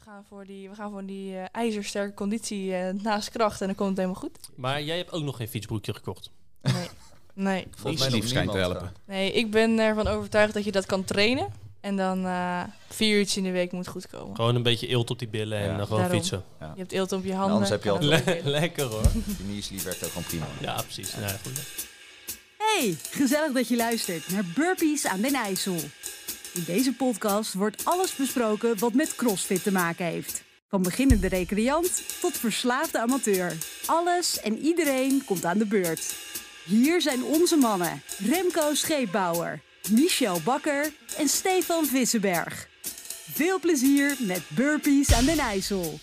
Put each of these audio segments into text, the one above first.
We gaan voor die ijzersterke conditie naast kracht en dan komt het helemaal goed. Maar jij hebt ook nog geen fietsbroekje gekocht. Nee. Volgens mij nog schijnt te helpen. Nee, ik ben ervan overtuigd dat je dat kan trainen. En dan 4 uurtjes in de week moet goed komen. Gewoon een beetje eelt op die billen en dan gewoon Daarom. fietsen. Ja. Je hebt eelt op je handen. Anders heb je altijd Lekker hoor. Die knieslief werkt ook gewoon prima. Ja, precies. Ja, goed. Hey, gezellig dat je luistert naar Burpees aan den IJssel. In deze podcast wordt alles besproken wat met CrossFit te maken heeft. Van beginnende recreant tot verslaafde amateur. Alles en iedereen komt aan de beurt. Hier zijn onze mannen Remco Scheepbouwer, Michel Bakker en Stefan Vissenberg. Veel plezier met Burpees aan den IJssel.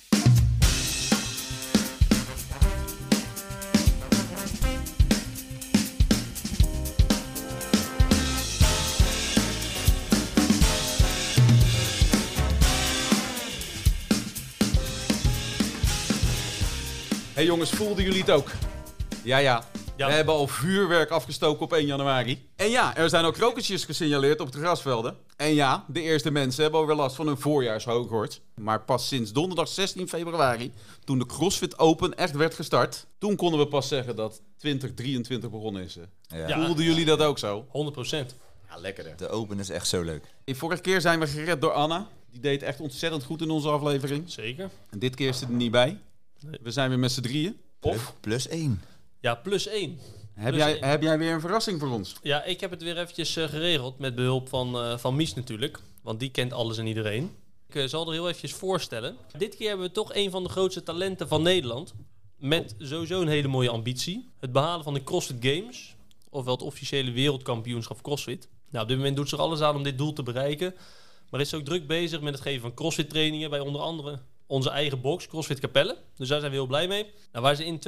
Hey jongens, voelden jullie het ook? Ja. We hebben al vuurwerk afgestoken op 1 januari. En ja, er zijn ook krokusjes gesignaleerd op de grasvelden. En ja, de eerste mensen hebben alweer last van hun voorjaarshooghoort. Maar pas sinds donderdag 16 februari, toen de CrossFit Open echt werd gestart, toen konden we pas zeggen dat 2023 begonnen is. Ja. Voelden jullie dat ook zo? 100%. Ja, lekker hè. De Open is echt zo leuk. Vorige keer zijn we gered door Anna. Die deed echt ontzettend goed in onze aflevering. Zeker. En dit keer is ze er niet bij. Nee. We zijn weer met z'n drieën. Of Plus 1. Ja, +1. heb jij weer een verrassing voor ons? Ja, ik heb het weer eventjes geregeld met behulp van Mies natuurlijk. Want die kent alles en iedereen. Ik zal er heel eventjes voorstellen. Dit keer hebben we toch een van de grootste talenten van Nederland. Met sowieso een hele mooie ambitie. Het behalen van de CrossFit Games. Ofwel het officiële wereldkampioenschap CrossFit. Nou, op dit moment doet ze er alles aan om dit doel te bereiken. Maar is ook druk bezig met het geven van CrossFit trainingen bij onder andere onze eigen box, CrossFit Capelle. Dus daar zijn we heel blij mee. Nou, waar ze in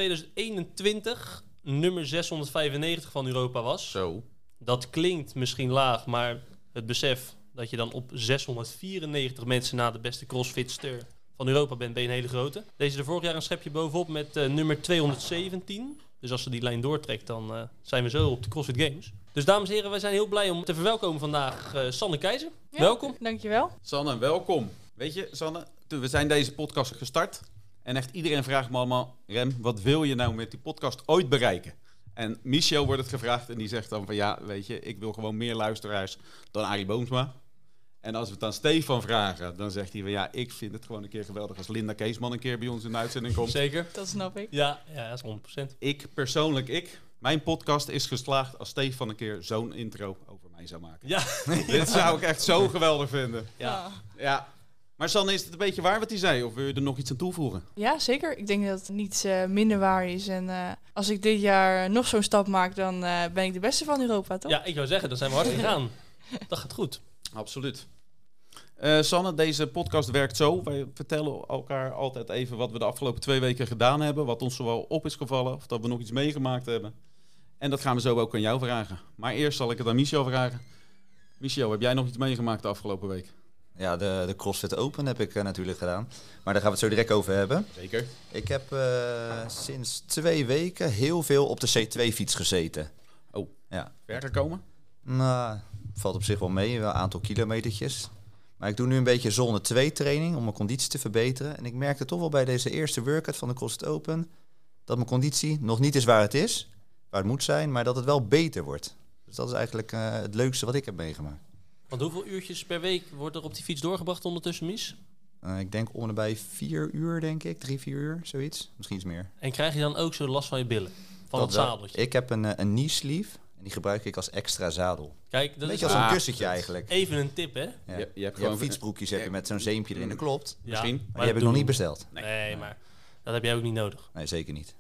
2021 nummer 695 van Europa was. Zo. Dat klinkt misschien laag, maar het besef dat je dan op 694 mensen na de beste crossfitster van Europa bent, ben je een hele grote. Deze er vorig jaar een schepje bovenop met nummer 217. Dus als ze die lijn doortrekt, dan zijn we zo op de CrossFit Games. Dus dames en heren, wij zijn heel blij om te verwelkomen vandaag Sanne Keizer. Ja, Welkom. Dankjewel. Sanne, welkom. Weet je, Sanne, we zijn deze podcast gestart. En echt iedereen vraagt me allemaal, Rem, wat wil je nou met die podcast ooit bereiken? En Michel wordt het gevraagd en die zegt dan van ja, weet je, ik wil gewoon meer luisteraars dan Arie Boomsma. En als we het aan Stefan vragen, dan zegt hij van ja, ik vind het gewoon een keer geweldig als Linda Keesman een keer bij ons in de uitzending komt. Zeker. Dat snap ik. Ja, dat is 100%. Ik persoonlijk, mijn podcast is geslaagd als Stefan een keer zo'n intro over mij zou maken. Ja. Dit zou ik echt zo geweldig vinden. Ja. Ja. Maar Sanne, is het een beetje waar wat hij zei? Of wil je er nog iets aan toevoegen? Ja, zeker. Ik denk dat het niets minder waar is. En als ik dit jaar nog zo'n stap maak, dan ben ik de beste van Europa, toch? Ja, ik zou zeggen, dan zijn we hard gegaan. Dat gaat goed. Absoluut. Sanne, deze podcast werkt zo. Wij vertellen elkaar altijd even wat we de afgelopen 2 weken gedaan hebben. Wat ons zowel op is gevallen of dat we nog iets meegemaakt hebben. En dat gaan we zo ook aan jou vragen. Maar eerst zal ik het aan Michel vragen. Michel, heb jij nog iets meegemaakt de afgelopen week? Ja, de CrossFit Open heb ik natuurlijk gedaan. Maar daar gaan we het zo direct over hebben. Zeker. Ik heb sinds 2 weken heel veel op de C2-fiets gezeten. Oh, ja. Ver gekomen? Nou, valt op zich wel mee, wel een aantal kilometertjes. Maar ik doe nu een beetje zone 2 training om mijn conditie te verbeteren. En ik merkte toch wel bij deze eerste workout van de CrossFit Open dat mijn conditie nog niet is waar het moet zijn, maar dat het wel beter wordt. Dus dat is eigenlijk het leukste wat ik heb meegemaakt. Want hoeveel uurtjes per week wordt er op die fiets doorgebracht ondertussen, Mies? Ik denk om en bij 4 uur, denk ik. 3-4 uur, zoiets. Misschien iets meer. En krijg je dan ook zo last van je billen? Van Dat het wel. zadeltje? Ik heb een knee sleeve en die gebruik ik als extra zadel. Kijk, dat Beetje is als een kussentje eigenlijk. even een tip, hè? Ja. Je hebt Je gewoon hebt fietsbroekjes heb je met zo'n zeempje erin, dat klopt. Ja, Misschien. Maar die heb ik nog niet besteld. Nee, maar dat heb jij ook niet nodig. Nee, zeker niet.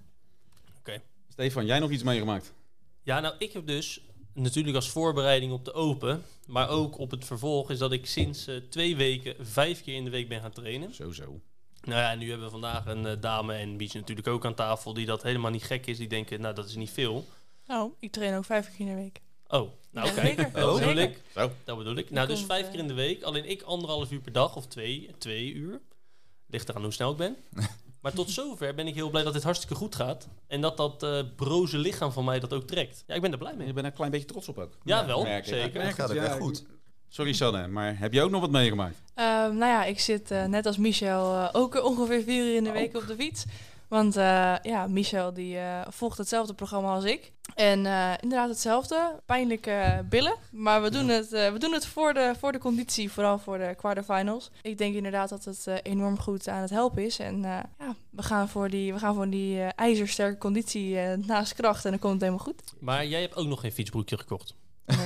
Stefan, jij nog iets meegemaakt? Ja, nou, ik heb dus natuurlijk als voorbereiding op de Open, maar ook op het vervolg, is dat ik sinds 2 weken 5 keer in de week ben gaan trainen. Zo. Nou ja, nu hebben we vandaag een dame en Beach natuurlijk ook aan tafel die dat helemaal niet gek is. Die denken, nou, dat is niet veel. Nou, ik train ook 5 keer in de week. Oh, nou Ja, kijk, zeker. dat bedoel Zeker. ik. Zo. Dat bedoel ik. Nou, dus komt, 5 keer in de week. Alleen ik 1,5 uur per dag of 2 uur. Ligt eraan hoe snel ik ben. Maar tot zover ben ik heel blij dat dit hartstikke goed gaat. En dat broze lichaam van mij dat ook trekt. Ja, ik ben er blij mee. Je bent er een klein beetje trots op ook. Ja, wel. Merk ik. Zeker. Merk Gaat het, ook echt goed. Sorry Sanne, maar heb je ook nog wat meegemaakt? Nou ja, ik zit net als Michel ook ongeveer 4 uur in de week op de fiets. Want Michel die volgt hetzelfde programma als ik. En inderdaad hetzelfde. Pijnlijke billen. Maar we doen het voor de conditie. Vooral voor de quarterfinals. Ik denk inderdaad dat het enorm goed aan het helpen is. En we gaan voor die ijzersterke conditie naast kracht. En dan komt het helemaal goed. Maar jij hebt ook nog geen fietsbroekje gekocht.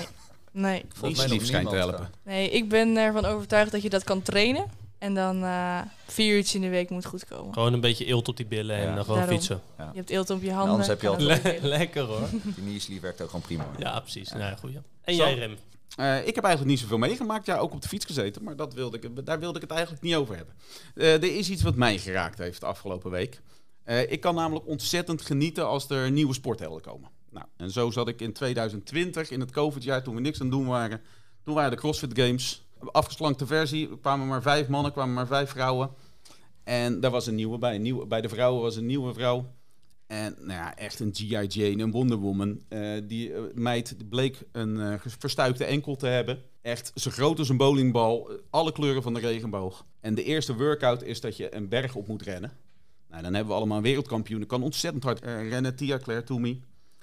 Nee. Volgens mij schijnt te helpen. Nee, ik ben ervan overtuigd dat je dat kan trainen. En dan 4 uurtjes in de week moet goed komen. Gewoon een beetje eelt op die billen en dan gewoon Daarom. fietsen. Ja. Je hebt eelt op je handen. Anders heb je al Lekker hoor. Die knieslief werkt ook gewoon prima. Ja, precies. Nou, goed, ja. En Zo. jij, Rem? Ik heb eigenlijk niet zoveel meegemaakt. Ja, ook op de fiets gezeten. Maar daar wilde ik het eigenlijk niet over hebben. Er is iets wat mij geraakt heeft de afgelopen week. Ik kan namelijk ontzettend genieten als er nieuwe sporthelden komen. Nou, en zo zat ik in 2020, in het COVID-jaar, toen we niks aan het doen waren. Toen waren de CrossFit Games. Afgeslankte versie. Er kwamen maar 5 mannen, kwamen maar 5 vrouwen. En daar was een nieuwe bij. Bij de vrouwen was een nieuwe vrouw. En nou ja, echt een G.I. Jane, een Wonder Woman. Die meid bleek een verstuikte enkel te hebben. Echt zo groot als een bowlingbal. Alle kleuren van de regenboog. En de eerste workout is dat je een berg op moet rennen. Nou, dan hebben we allemaal een wereldkampioen. Die kan ontzettend hard rennen. Tia-Claire Toomey.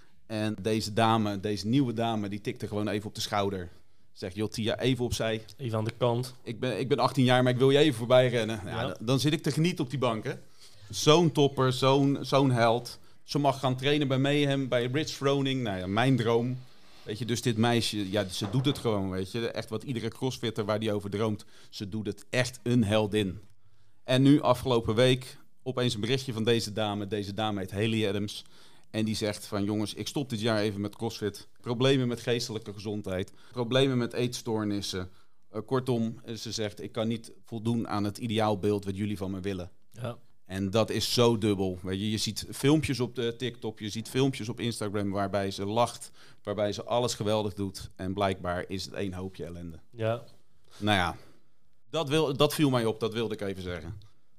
En deze nieuwe dame, die tikte gewoon even op de schouder. Zegt, joh Tia, even opzij. Even aan de kant. Ik ben 18 jaar, maar ik wil je even voorbij rennen. Ja, dan zit ik te genieten op die bank, hè. Zo'n topper, zo'n held. Ze mag gaan trainen bij Mayhem, bij Rich Froning. Nou ja, mijn droom. Weet je, dus dit meisje, ja, ze doet het gewoon, weet je. Echt wat iedere crossfitter waar die over droomt. Ze doet het echt een heldin. En nu, afgelopen week, opeens een berichtje van deze dame. Deze dame heet Haley Adams. En die zegt van, jongens, ik stop dit jaar even met CrossFit. Problemen met geestelijke gezondheid. Problemen met eetstoornissen. Kortom, ze zegt, ik kan niet voldoen aan het ideaalbeeld wat jullie van me willen. Ja. En dat is zo dubbel. Weet je ziet filmpjes op de TikTok, je ziet filmpjes op Instagram waarbij ze lacht, waarbij ze alles geweldig doet. En blijkbaar is het één hoopje ellende. Ja. Nou ja, dat viel mij op, dat wilde ik even zeggen.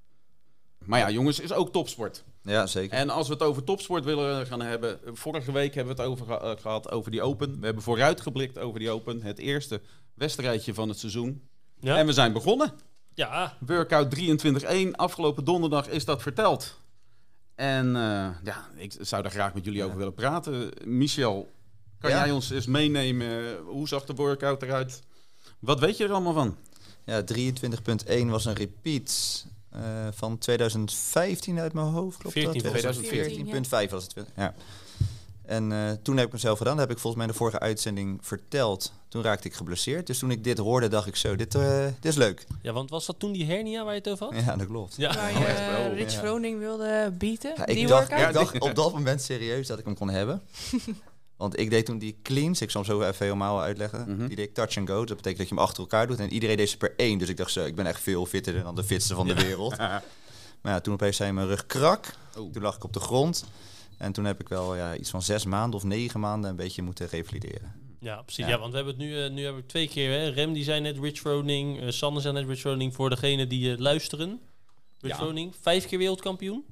Maar ja, jongens, is ook topsport. Ja, zeker. En als we het over topsport willen gaan hebben, vorige week hebben we het gehad over die Open. We hebben vooruitgeblikt over die Open, het eerste wedstrijdje van het seizoen. Ja. En we zijn begonnen. Ja. Workout 23-1, afgelopen donderdag is dat verteld. En ik zou daar graag met jullie over willen praten. Michel, kan jij ons eens meenemen? Hoe zag de workout eruit? Wat weet je er allemaal van? Ja, 23.1 was een repeat van 2015 uit mijn hoofd. Klopt 14, 2014.5 was het. Ja. En toen heb ik hem zelf gedaan. Dat heb ik volgens mij in de vorige uitzending verteld. Toen raakte ik geblesseerd. Dus toen ik dit hoorde, dacht ik zo, dit is leuk. Ja, want was dat toen die hernia waar je het over had? Ja, dat klopt. Ja. Waar je Rich Froning wilde bieten. Ja, die ik workout. dacht op dat moment serieus dat ik hem kon hebben. Want ik deed toen die cleans. Ik zal hem zo even helemaal uitleggen. Mm-hmm. Die deed ik touch and go. Dat betekent dat je hem achter elkaar doet. En iedereen deed ze per 1. Dus ik dacht zo, ik ben echt veel fitter dan de fitste van de wereld. Maar ja, toen opeens zei mijn rug krak. Toen lag ik op de grond. En toen heb ik wel iets van 6 maanden of 9 maanden een beetje moeten revalideren. Ja, precies. Ja, want we hebben het nu hebben we 2 keer. Hè. Rem die zei net Rich Froning. Sander zei net Rich Froning. Voor degenen die luisteren. Rich Froning, 5 keer wereldkampioen.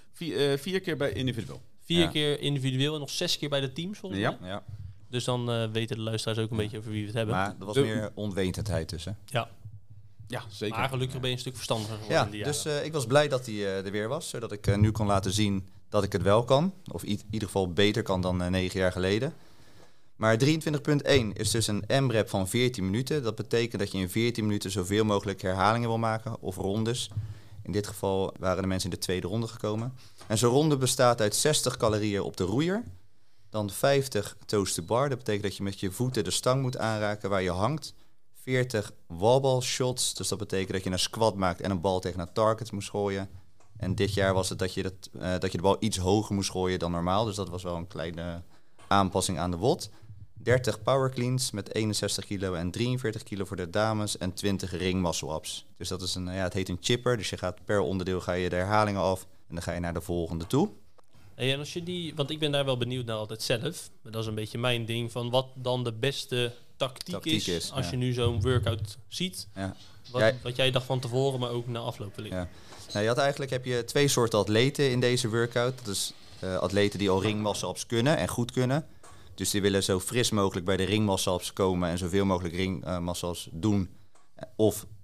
4 keer bij individueel. 4 keer individueel en nog 6 keer bij de teams volgens mij. Ja. Dus dan weten de luisteraars ook een beetje over wie we het hebben. Maar dat was meer onwetendheid dus, hè? Ja, zeker. Maar gelukkig ben je een stuk verstandiger geworden in die dus jaren. ik was blij dat hij er weer was. Zodat ik nu kon laten zien dat ik het wel kan. Of in ieder geval beter kan dan 9 jaar geleden. Maar 23.1 is dus een M-rep van 14 minuten. Dat betekent dat je in 14 minuten zoveel mogelijk herhalingen wil maken of rondes. In dit geval waren de mensen in de tweede ronde gekomen. En zo'n ronde bestaat uit 60 calorieën op de roeier. Dan 50 toes to bar. Dat betekent dat je met je voeten de stang moet aanraken waar je hangt. 40 wallball shots. Dus dat betekent dat je een squat maakt en een bal tegen een target moest gooien. En dit jaar was het dat je de bal iets hoger moest gooien dan normaal. Dus dat was wel een kleine aanpassing aan de WOD. 30 power cleans met 61 kilo en 43 kilo voor de dames en 20 ring muscle-ups. Dus dat is het heet een chipper. Dus je gaat per onderdeel ga je de herhalingen af en dan ga je naar de volgende toe. Hey, en als je want ik ben daar wel benieuwd naar altijd zelf. Maar dat is een beetje mijn ding van wat dan de beste tactiek is als je nu zo'n workout ziet. Ja. Wat jij dacht van tevoren, maar ook na afloop wil ik. Ja. Nou, heb je 2 soorten atleten in deze workout. Dat is atleten die al ring muscle-ups kunnen en goed kunnen. Dus die willen zo fris mogelijk bij de ring muscle-ups komen en zoveel mogelijk ring muscle-ups doen. Of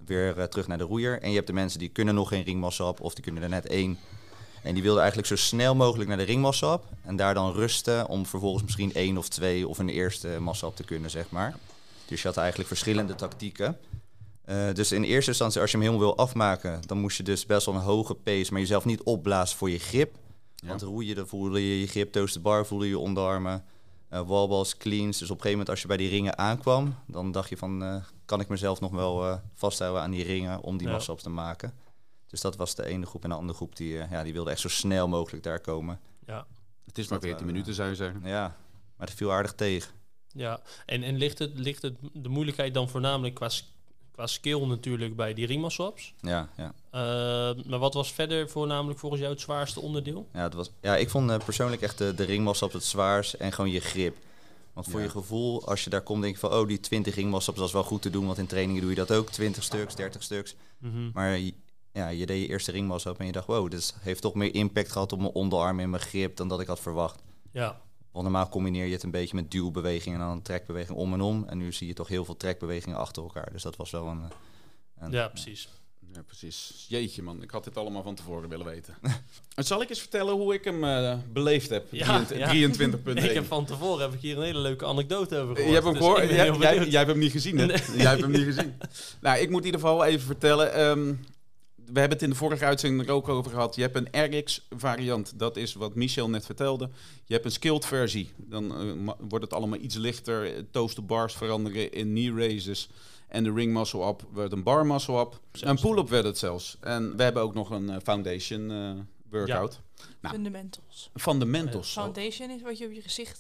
weer terug naar de roeier. En je hebt de mensen die kunnen nog geen ringmuscle-up of die kunnen er net 1. En die wilden eigenlijk zo snel mogelijk naar de ringmuscle-up. En daar dan rusten om vervolgens misschien 1 of 2 of een eerste muscle-up te kunnen, zeg maar. Dus je had eigenlijk verschillende tactieken. Dus in eerste instantie, als je hem helemaal wil afmaken, dan moest je dus best wel een hoge pace, maar jezelf niet opblazen voor je grip. Ja. Want roeien, dan voelde je grip, toast the bar, voelde je onderarmen, wallballs, cleans. Dus op een gegeven moment als je bij die ringen aankwam, dan dacht je van, kan ik mezelf nog wel vasthouden aan die ringen om die muscle-ups te maken. Dus dat was de ene groep. En de andere groep die wilde echt zo snel mogelijk daar komen. Ja. Het is maar 14 minuten, zou je zeggen. Ja, maar het viel aardig tegen. Ja, en ligt het de moeilijkheid dan voornamelijk qua skill natuurlijk bij die ringmuscle-ups? Ja. Maar wat was verder voornamelijk volgens jou het zwaarste onderdeel? Ja, ik vond persoonlijk echt de ringmuscle-ups het zwaarst en gewoon je grip. Want voor je gevoel, als je daar komt, denk je van, die 20 ringmuscle-ups, dat is wel goed te doen. Want in trainingen doe je dat ook, 20 stuks, 30 stuks. Mm-hmm. Maar je deed je eerste ringmuscle-up en je dacht, wow, dit heeft toch meer impact gehad op mijn onderarm en mijn grip dan dat ik had verwacht. Ja. Want normaal combineer je het een beetje met duwbeweging en dan een trekbeweging om en om. En nu zie je toch heel veel trekbewegingen achter elkaar. Dus dat was wel een Ja, precies. Ja, precies. Jeetje man, ik had dit allemaal van tevoren willen weten. Zal ik eens vertellen hoe ik hem beleefd heb? 23.1. Ik heb van tevoren hier een hele leuke anecdote over gehoord. Je hebt hem gehoord? Jij hebt hem niet gezien, hè? Nee. Jij hebt hem niet gezien. Nou, ik moet in ieder geval even vertellen. We hebben het in de vorige uitzending er ook over gehad. Je hebt een RX variant. Dat is wat Michel net vertelde. Je hebt een skilled versie. Dan wordt het allemaal iets lichter. Toast to bars veranderen in knee raises. En de ring muscle up werd een bar muscle up. Een pull-up werd het zelfs. En we hebben ook nog een foundation workout. Nou, Fundamentals. Foundation is wat je op je gezicht...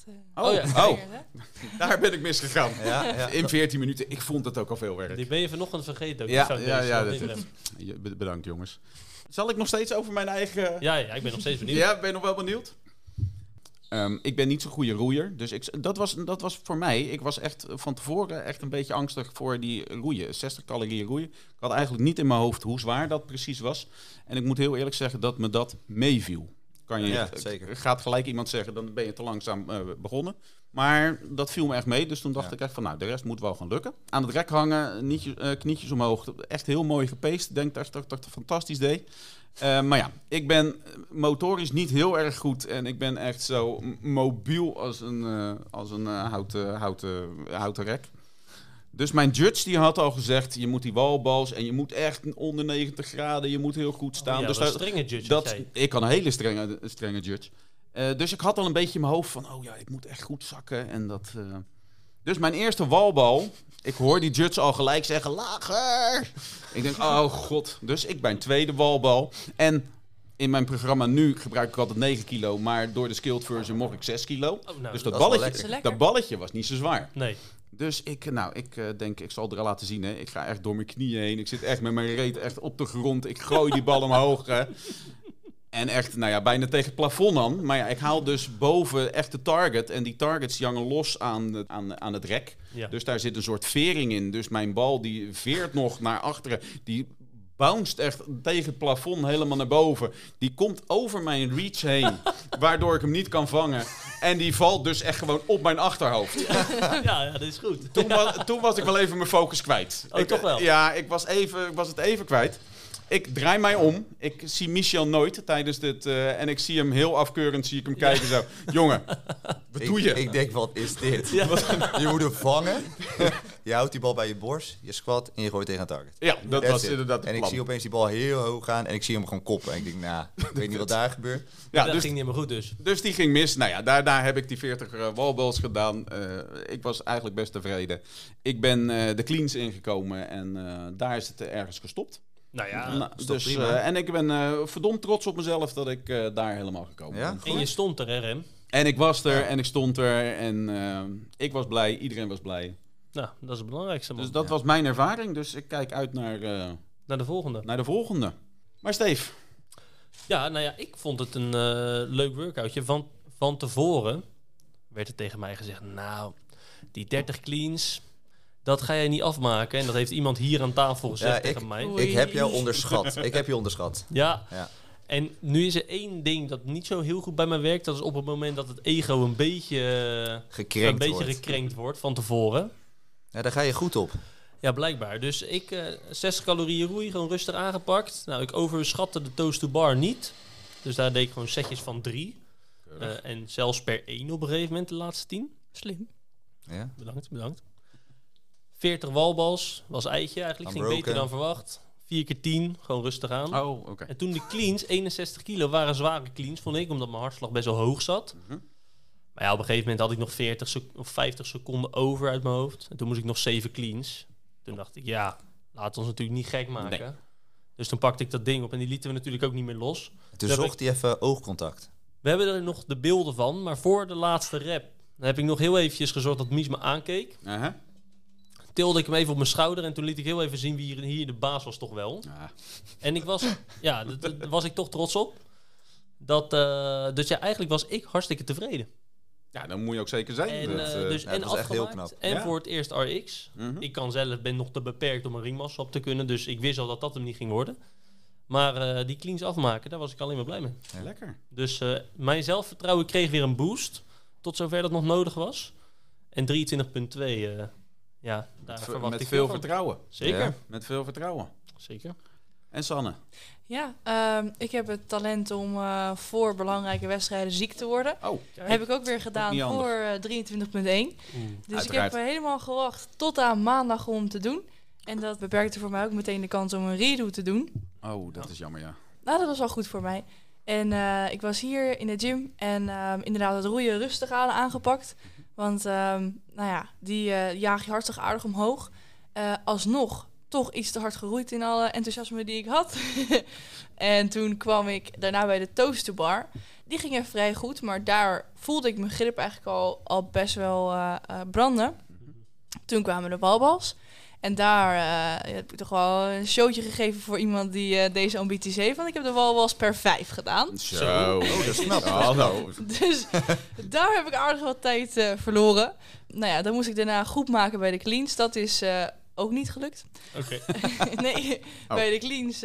Daar ben ik misgegaan. Ja. In 14 minuten. Ik vond het ook al veel werk. Die ben je vanochtend vergeten ook. Bedankt jongens. Zal ik nog steeds over mijn eigen... Ja, ik ben nog steeds benieuwd. Ja, ben je nog wel benieuwd? Ik ben niet zo'n goede roeier. Dus dat was voor mij... Ik was echt van tevoren echt een beetje angstig voor die roeien. 60 calorieën roeien. Ik had eigenlijk niet in mijn hoofd hoe zwaar dat precies was. En ik moet heel eerlijk zeggen dat me dat meeviel. Zeker. Gaat gelijk iemand zeggen, dan ben je te langzaam begonnen. Maar dat viel me echt mee. Dus toen dacht ik echt van, de rest moet wel gaan lukken. Aan het rek hangen, knietjes omhoog. Echt heel mooi gepaced. Ik denk dat ik het fantastisch deed. Maar ja, ik ben motorisch niet heel erg goed. En ik ben echt zo mobiel als een houten rek. Dus mijn judge die had al gezegd, je moet die wallballs en je moet echt onder 90 graden, je moet heel goed staan. Ja, dus dat is een strenge judge. Ik kan een hele strenge judge. Dus ik had al een beetje in mijn hoofd van, ik moet echt goed zakken. En dat, Dus mijn eerste wallbal, ik hoor die judge al gelijk zeggen, lager. Ik denk, oh god. Dus ik mijn tweede wallbal. En in mijn programma nu gebruik ik altijd 9 kilo, maar door de skilled version mocht ik 6 kilo. Dus dat balletje was niet zo zwaar. Nee. Dus ik denk, ik zal het er laten zien. Hè. Ik ga echt door mijn knieën heen. Ik zit echt met mijn reet echt op de grond. Ik gooi die bal omhoog. Hè. En echt, bijna tegen het plafond aan. Maar ja, ik haal dus boven echt de target. En die targets hangen los aan het rek. Ja. Dus daar zit een soort vering in. Dus mijn bal die veert nog naar achteren. Die bounced echt tegen het plafond helemaal naar boven. Die komt over mijn reach heen. Waardoor ik hem niet kan vangen. En die valt dus echt gewoon op mijn achterhoofd. Ja, dat is goed. Toen was ik wel even mijn focus kwijt. Toch wel? Ja, ik was het even kwijt. Ik draai mij om. Ik zie Michel nooit tijdens dit. En ik zie hem heel afkeurend zie ik hem kijken zo. Jongen, wat doe je? Ik denk, wat is dit? Ja. Je moet hem vangen. Je houdt die bal bij je borst, je squat en je gooit tegen een target. Ja, dat was inderdaad het plan. En ik zie opeens die bal heel hoog gaan en ik zie hem gewoon koppen. En ik denk, ik weet niet wat daar gebeurt. Ja, dat ging niet meer goed dus. Dus die ging mis. Nou ja, daarna heb ik die 40 wallballs gedaan. Ik was eigenlijk best tevreden. Ik ben de cleans ingekomen en daar is het ergens gestopt. Nou ja, dus, en ik ben verdomd trots op mezelf dat ik daar helemaal gekomen ben. En je stond er, hè, Rem? En ik was er en ik stond er en ik was blij, iedereen was blij. Nou, dat is het belangrijkste, man. Dus dat was mijn ervaring, dus ik kijk uit naar de volgende. Naar de volgende. Maar Steve? Ja, ik vond het een leuk workoutje. Van tevoren werd er tegen mij gezegd, die 30 cleans, dat ga jij niet afmaken. En dat heeft iemand hier aan tafel gezegd tegen mij. Ik heb jou onderschat. Ja. En nu is er één ding dat niet zo heel goed bij mij werkt. Dat is op het moment dat het ego een beetje gekrenkt wordt van tevoren. Ja, daar ga je goed op. Ja, blijkbaar. Dus ik 60 calorieën roei, gewoon rustig aangepakt. Nou, ik overschatte de toast to bar niet. Dus daar deed ik gewoon setjes van 3. En zelfs per 1 op een gegeven moment de laatste 10. Slim. Ja. Bedankt. 40 walbals, was eitje eigenlijk. Ging Unbroken. beter dan verwacht. 4 keer 10, gewoon rustig aan. Oh, oké. En toen de cleans, 61 kilo, waren zware cleans, vond ik. Omdat mijn hartslag best wel hoog zat. Mhm. Maar ja, op een gegeven moment had ik nog 40 of 50 seconden over uit mijn hoofd. En toen moest ik nog 7 cleans. Toen dacht ik, ja, laten we ons natuurlijk niet gek maken. Nee. Dus toen pakte ik dat ding op en die lieten we natuurlijk ook niet meer los. Toen heb zocht hij even oogcontact. We hebben er nog de beelden van, maar voor de laatste rep heb ik nog heel eventjes gezorgd dat Mies me aankeek. Uh-huh. Tilde ik hem even op mijn schouder en toen liet ik heel even zien wie hier de baas was toch wel. Ja. En ik was, ja, daar was ik toch trots op. Dus ja, eigenlijk was ik hartstikke tevreden. Ja, dan moet je ook zeker zijn. En, Dat, dus, ja, en dat was echt heel afgemaakt. knap. En Ja. voor het eerst RX. Mhm. Ik ben nog te beperkt om een ringmassa op te kunnen. Dus ik wist al dat dat hem niet ging worden. Maar die cleans afmaken, daar was ik alleen maar blij mee. Lekker. Dus mijn zelfvertrouwen kreeg weer een boost. Tot zover dat nog nodig was. En 23,2, ja, daar verwacht Met ik veel van. vertrouwen. Zeker, Ja. Met veel vertrouwen. zeker. En Sanne? Ja, ik heb het talent om voor belangrijke wedstrijden ziek te worden. Oh, Heb ik ook weer gedaan niet handig. voor 23,1. Dus Uiteraard. ik heb helemaal gewacht tot aan maandag om te doen. En dat beperkte voor mij ook meteen de kans om een redo te doen. Oh, dat is jammer, ja. Nou, dat was wel goed voor mij. En ik was hier in de gym en inderdaad het roeien rustig aangepakt. Want nou ja, die jaag je hartstikke aardig omhoog. Alsnog toch iets te hard geroeid in alle enthousiasme die ik had. En toen kwam ik daarna bij de toasterbar. Die ging even vrij goed, maar daar voelde ik mijn grip eigenlijk al best wel branden. Toen kwamen de balbals. En daar heb ik toch wel een showtje gegeven voor iemand die deze ambities heeft. Want ik heb de balbals per 5 gedaan. Zo. Oh, dat is knap. Hallo. Dus daar heb ik aardig wat tijd verloren. Nou ja, dan moest ik daarna goed maken bij de cleans. Dat is ook niet gelukt. Oké. Nee, bij de cleans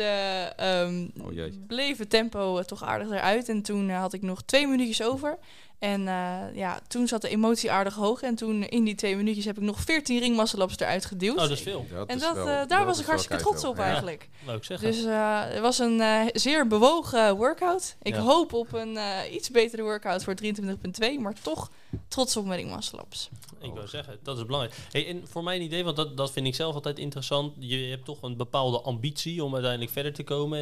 Oh jee. bleef het tempo toch aardig eruit. En toen had ik nog 2 minuutjes over. En ja, toen zat de emotie aardig hoog. En toen in die 2 minuutjes heb ik nog 14 ringmuscle-ups eruit geduwd. Oh, dat is veel. En daar was ik hartstikke trots op eigenlijk. Wou ik zeggen. Dus het was een zeer bewogen workout. Ik Ja. hoop op een iets betere workout voor 23,2. Maar toch trots op mijn ringmuscle-ups. Ik wou zeggen, dat is belangrijk. Hey, en voor mijn idee, want dat vind ik zelf altijd interessant. Je hebt toch een bepaalde ambitie om uiteindelijk verder te komen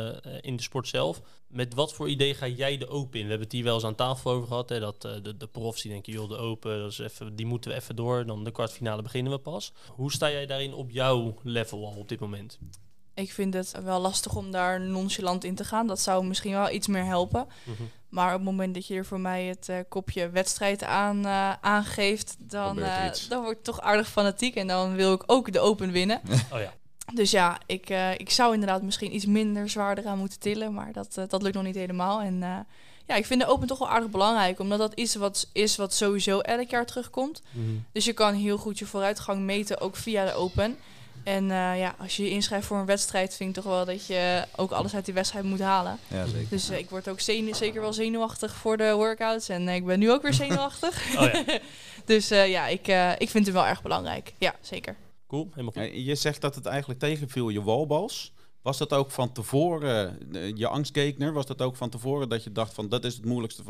in de sport zelf. Met wat voor idee ga jij de open in? We hebben het hier wel eens aan tafel over gehad. Hè, dat de profs die denken, joh, de open, dat is even, die moeten we even door. Dan de kwartfinale beginnen we pas. Hoe sta jij daarin op jouw level al op dit moment? Ik vind het wel lastig om daar nonchalant in te gaan. Dat zou misschien wel iets meer helpen. Maar op het moment dat je er voor mij het kopje wedstrijd aangeeft, dan Gebeurt er iets. word ik toch aardig fanatiek. En dan wil ik ook de open winnen. Oh ja. Dus ja, ik zou inderdaad misschien iets minder zwaarder aan moeten tillen. Maar dat lukt nog niet helemaal. En ja, ik vind de open toch wel aardig belangrijk. Omdat dat iets wat sowieso elk jaar terugkomt. Dus je kan heel goed je vooruitgang meten, ook via de open. En ja, als je je inschrijft voor een wedstrijd, vind ik toch wel dat je ook alles uit die wedstrijd moet halen. Ja, zeker. Dus ik word ook zeker wel zenuwachtig voor de workouts. En ik ben nu ook weer zenuwachtig. Oh ja. Dus ja, ik vind het wel erg belangrijk. Ja, zeker. Cool, helemaal goed. Je zegt dat het eigenlijk tegenviel, je wallballs. Was dat ook van tevoren, je angstgekner, was dat ook van tevoren dat je dacht van dat is het moeilijkste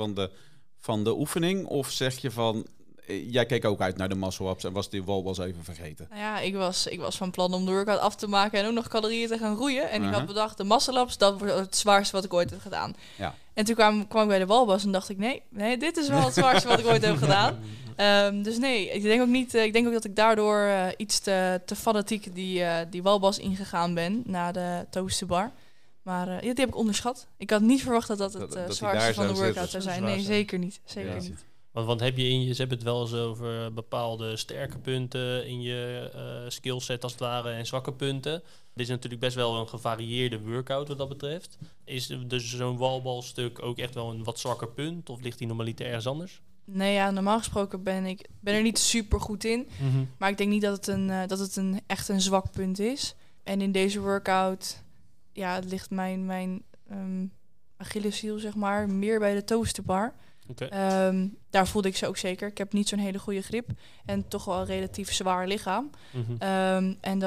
van de oefening? Of zeg je van, jij keek ook uit naar de muscle-ups en was die wallballs even vergeten? Nou ja, ik was van plan om de workout af te maken en ook nog calorieën te gaan roeien. En ik Uh-huh. had bedacht, de muscle-ups, dat wordt het zwaarste wat ik ooit heb gedaan. Ja. En toen kwam ik bij de walbas en dacht ik, nee, dit is wel het zwaarste wat ik ooit heb gedaan. Dus nee, ik denk ook niet. Ik denk ook dat ik daardoor iets te fanatiek die walbas ingegaan ben na de toasterbar. Maar ja, die heb ik onderschat. Ik had niet verwacht dat Dat het die zwaarste daar van de zou workout zitten. zou zijn. Zwaar Nee, zijn. zeker niet. Zeker Ja. niet. Want heb ze hebben het wel eens over bepaalde sterke punten in je skillset als het ware en zwakke punten. Dit is natuurlijk best wel een gevarieerde workout wat dat betreft. Is dus zo'n walbalstuk ook echt wel een wat zwakker punt of ligt die normaliter ergens anders? Nee, ja, normaal gesproken ben ik er niet super goed in. Maar ik denk niet dat het echt een zwak punt is. En in deze workout, ja, het ligt mijn Achilleshiel, zeg maar, meer bij de toasterbar. Oké. Daar voelde ik ze ook zeker. Ik heb niet zo'n hele goede grip en toch wel een relatief zwaar lichaam. Mhm. En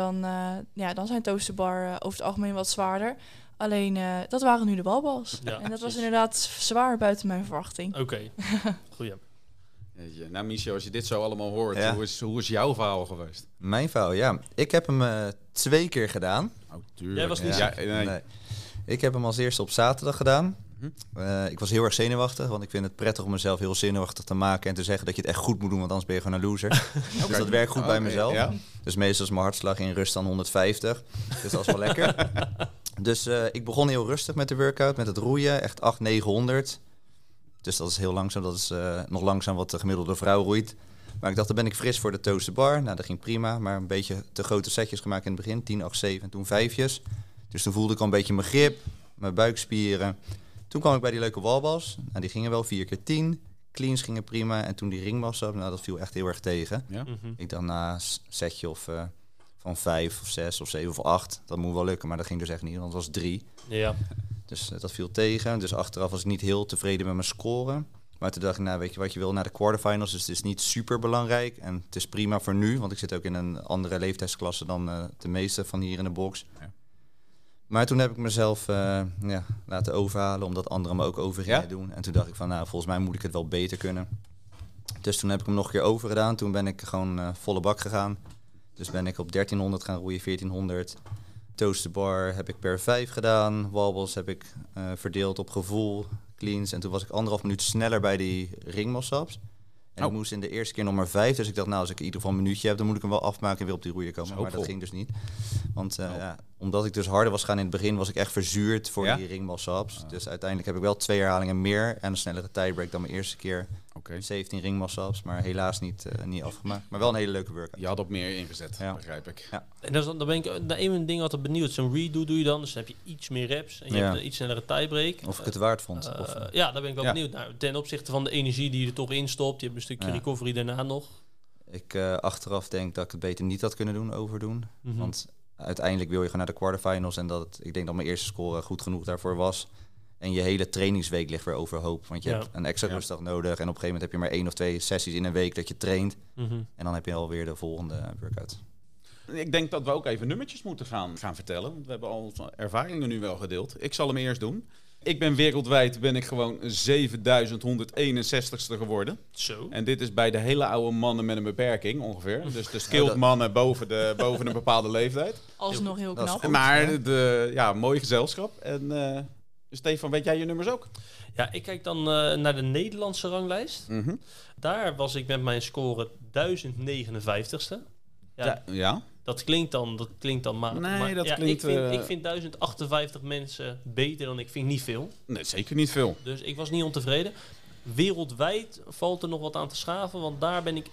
dan zijn toasterbar over het algemeen wat zwaarder. Alleen, dat waren nu de balbals. Ja, en dat was precies. inderdaad zwaar buiten mijn verwachting. Oké, goeie. Jeetje. Nou, Michel, als je dit zo allemaal hoort, Ja. hoe is jouw verhaal geweest? Mijn verhaal, ja. Ik heb hem 2 keer gedaan. Oh, tuurlijk. Jij was niet ja, ziek? nee. Nee. Ik heb hem als eerste op zaterdag gedaan. Mhm. Ik was heel erg zenuwachtig, want ik vind het prettig om mezelf heel zenuwachtig te maken en te zeggen dat je het echt goed moet doen, want anders ben je gewoon een loser. Dus dat werkt goed bij Oké, mezelf. ja. Dus meestal is mijn hartslag in rust dan 150. Dus dat is wel lekker. Dus ik begon heel rustig met de workout, met het roeien. Echt 800, 900. Dus dat is heel langzaam. Dat is nog langzaam wat de gemiddelde vrouw roeit. Maar ik dacht, dan ben ik fris voor de toaster bar. Nou, dat ging prima. Maar een beetje te grote setjes gemaakt in het begin. 10, 8, 7 en toen 5'jes. Dus toen voelde ik al een beetje mijn grip, mijn buikspieren. Toen kwam ik bij die leuke wallballs. Nou, die gingen wel 4 keer 10. Cleans gingen prima. En toen die ringmassa, nou, dat viel echt heel erg tegen. Ja? Mhm. Ik dacht, na een setje of van 5 of 6 of 7 of 8, dat moet wel lukken. Maar dat ging dus echt niet, want het was 3. Ja. Dus dat viel tegen. Dus achteraf was ik niet heel tevreden met mijn score. Maar toen dacht ik, nou weet je wat je wil, naar de quarterfinals. Dus het is niet super belangrijk. En het is prima voor nu, want ik zit ook in een andere leeftijdsklasse dan de meeste van hier in de box. Ja. Maar toen heb ik mezelf laten overhalen, omdat anderen me ook over gingen doen. En toen dacht ik van, nou volgens mij moet ik het wel beter kunnen. Dus toen heb ik hem nog een keer overgedaan. Toen ben ik gewoon volle bak gegaan. Dus ben ik op 1300 gaan roeien, 1400. Toasterbar heb ik per 5 gedaan. Wobbles heb ik verdeeld op gevoel, cleans. En toen was ik 1,5 minuut sneller bij die ringmuscle-ups. En ik moest in de eerste keer nog maar 5. Dus ik dacht, nou, als ik in ieder geval een minuutje heb, dan moet ik hem wel afmaken en weer op die roeien komen. Maar dat ging dus niet. Want omdat ik dus harder was gaan in het begin, was ik echt verzuurd voor die ringmuscle-ups. Dus uiteindelijk heb ik wel 2 herhalingen meer en een snellere tiebreak dan mijn eerste keer. 17 ringmuscle-ups, maar helaas niet afgemaakt. Maar wel een hele leuke workout. Je had op meer ingezet, begrijp ik. Ja. En dan ben ik naar één ding altijd benieuwd. Zo'n redo doe je dan, dus dan heb je iets meer reps en je hebt een iets snellere tiebreak. Of ik het waard vond. Ja, daar ben ik wel benieuwd naar. Ten opzichte van de energie die je er toch in stopt. Je hebt een stukje recovery daarna nog. Ik achteraf denk dat ik het beter niet had kunnen doen, overdoen. Mhm. Want uiteindelijk wil je gewoon naar de quarterfinals. En ik denk dat mijn eerste score goed genoeg daarvoor was. En je hele trainingsweek ligt weer overhoop. Want je hebt een extra rustdag nodig. En op een gegeven moment heb je maar 1 of 2 sessies in een week dat je traint. Mhm. En dan heb je alweer de volgende workout. Ik denk dat we ook even nummertjes moeten gaan vertellen. Want we hebben al onze ervaringen nu wel gedeeld. Ik zal hem eerst doen. Ik ben wereldwijd gewoon 7161ste geworden. Zo. En dit is bij de hele oude mannen met een beperking ongeveer. Dus de skilled mannen boven een bepaalde leeftijd. Alsnog heel Dat is knap. goed. Maar mooi gezelschap. En Stefan, weet jij je nummers ook? Ja, ik kijk dan naar de Nederlandse ranglijst. Mhm. Daar was ik met mijn score 1059ste. Ja. Dat klinkt dan matig. Nee, maar dat ja, klinkt, ik vind 1058 mensen beter dan ik vind niet veel. Nee, zeker niet veel. Dus ik was niet ontevreden. Wereldwijd valt er nog wat aan te schaven, want daar ben ik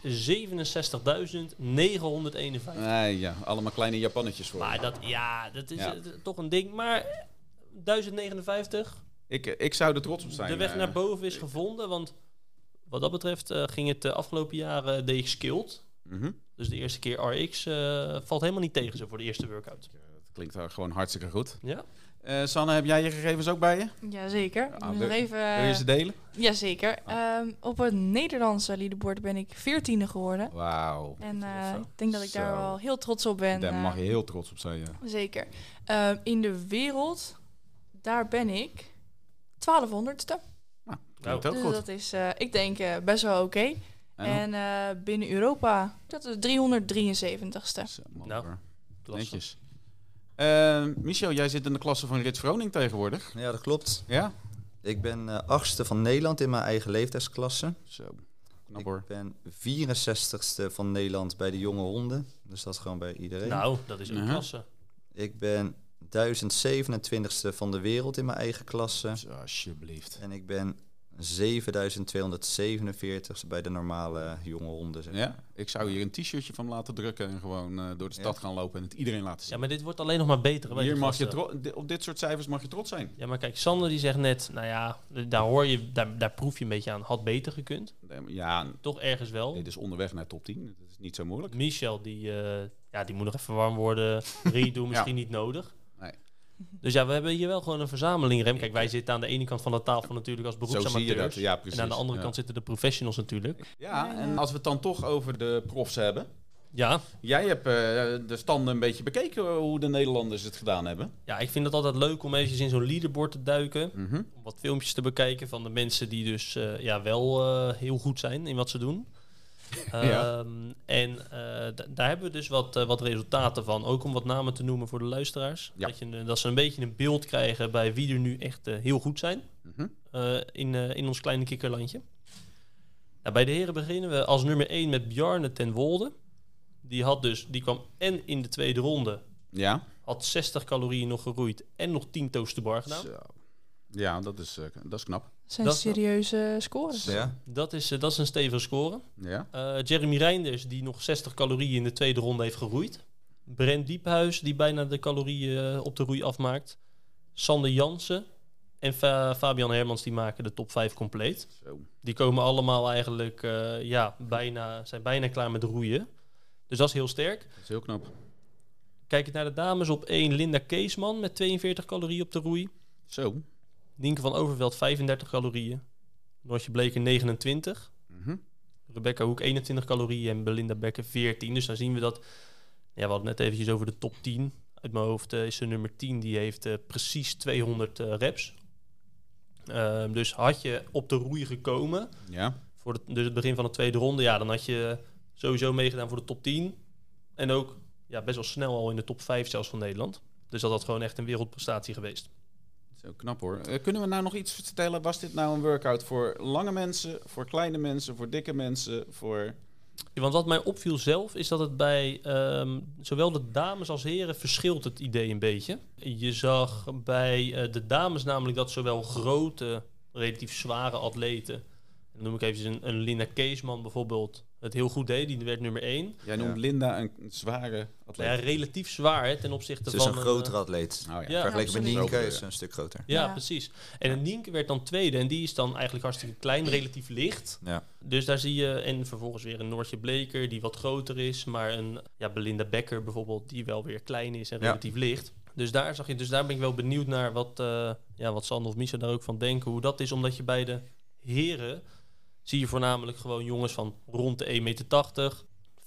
67.951. Nee, ja, allemaal kleine Japannetjes voor. Maar dat is toch een ding. Maar 1059, Ik zou er trots op zijn. de weg naar boven is gevonden. Want wat dat betreft ging het de afgelopen jaren deed ik skilled. Mhm. Dus de eerste keer RX valt helemaal niet tegen zo voor de eerste workout. Dat klinkt gewoon hartstikke goed. Ja? Sanne, heb jij je gegevens ook bij je? Jazeker. Ja, Nog wil even, je ze delen? jazeker. Op het Nederlandse leaderboard ben ik 14e geworden. Wauw. En ik denk dat ik daar Zo. wel heel trots op ben. Daar mag je heel trots op zijn, ja. Zeker. In de wereld, daar ben ik 1200ste. Nou, klinkt ook Dus goed. dat is, ik denk, best wel oké. En binnen Europa, dat is 373ste. Zo, man, Nou, hoor. klasse. Netjes. Michel, jij zit in de klasse van Rits Vroning tegenwoordig. Ja, dat klopt. Ja? Ik ben 8ste van Nederland in mijn eigen leeftijdsklasse. Zo, knap hoor. Ik ben 64ste van Nederland bij de jonge honden. Dus dat is gewoon bij iedereen. Nou, dat is ook Mhm. klasse. Ik ben 1027ste van de wereld in mijn eigen klasse. Zo, alsjeblieft. En ik ben 7247 bij de normale jonge honden. Zeg maar. Ja, ik zou hier een t-shirtje van laten drukken en gewoon door de stad gaan lopen en het iedereen laten zien. Ja, maar dit wordt alleen nog maar beter. weet Hier je, mag je gasten. op dit soort cijfers mag je trots zijn. Ja, maar kijk, Sander die zegt net, nou ja, daar proef je een beetje aan. Had beter gekund. Ja, Toch ergens wel. dit is onderweg naar top 10. Dat is niet zo moeilijk. Michel, die moet nog even warm worden. Redo misschien niet nodig. Dus ja, we hebben hier wel gewoon een verzameling, Rem. Kijk, wij zitten aan de ene kant van de tafel natuurlijk als Zo zie je beroepsamateurs. dat. Ja, precies. En aan de andere Ja. kant zitten de professionals natuurlijk. Ja, en als we het dan toch over de profs hebben. Ja, Jij hebt de standen een beetje bekeken hoe de Nederlanders het gedaan hebben. ja, ik vind het altijd leuk om eventjes in zo'n leaderboard te duiken. Mhm. Om wat filmpjes te bekijken van de mensen die dus wel heel goed zijn in wat ze doen. Ja. Daar hebben we dus wat resultaten van. Ook om wat namen te noemen voor de luisteraars. Ja. Dat ze een beetje een beeld krijgen bij wie er nu echt heel goed zijn Mhm. in ons kleine kikkerlandje. Nou, bij de heren beginnen we als nummer 1 met Bjarne ten Wolde. Die kwam en in de tweede ronde, Ja. had 60 calorieën nog geroeid en nog 10 toast to bar gedaan. Zo. Ja, dat is knap. Dat zijn Dat is- serieuze scores. Ja. Dat is een stevige score. Ja. Jeremy Reinders, die nog 60 calorieën in de tweede ronde heeft geroeid. Brent Diephuis, die bijna de calorieën op de roei afmaakt. Sander Jansen en Fabian Hermans, die maken de top 5 compleet. Zo. Die komen allemaal eigenlijk zijn bijna klaar met roeien. Dus dat is heel sterk. Dat is heel knap. Kijk je naar de dames, op 1 Linda Keesman met 42 calorieën op de roei. Zo. Nienke van Overveld 35 calorieën. Noortje Bleker 29. Mhm. Rebecca Hoek 21 calorieën en Belinda Becker 14. Dus dan zien we dat... Ja, we hadden net eventjes over de top 10. Uit mijn hoofd is de nummer 10. Die heeft precies 200 reps. Dus had je op de roei gekomen... Ja. Dus het begin van de tweede ronde... Ja, dan had je sowieso meegedaan voor de top 10. En ook best wel snel al in de top 5 zelfs van Nederland. Dus dat had gewoon echt een wereldprestatie geweest. Zo knap hoor. Kunnen we nou nog iets vertellen? Was dit nou een workout voor lange mensen, voor kleine mensen, voor dikke mensen, voor... Ja, want wat mij opviel zelf is dat het bij zowel de dames als heren verschilt het idee een beetje. Je zag bij de dames namelijk dat zowel grote, relatief zware atleten, dan noem ik even een Linda Keesman bijvoorbeeld, het heel goed deed, die werd nummer 1. Jij noemt Ja. Linda een zware atleet. Ja, relatief zwaar hè, ten opzichte Ze is van een grotere atleet. Oh, ja. Ja. Vergeleken met absoluut. Nienke is ze een stuk groter. Ja, Ja. precies. En een Nienke werd dan tweede en die is dan eigenlijk hartstikke klein, relatief licht. Ja. Dus daar zie je, en vervolgens weer een Noortje Bleker die wat groter is, maar een Belinda Becker bijvoorbeeld die wel weer klein is en Ja. relatief licht. Dus daar zag je, dus daar ben ik wel benieuwd naar wat Sander of Misha daar ook van denken, hoe dat is, omdat je bij de heren zie je voornamelijk gewoon jongens van rond de 1,80 meter,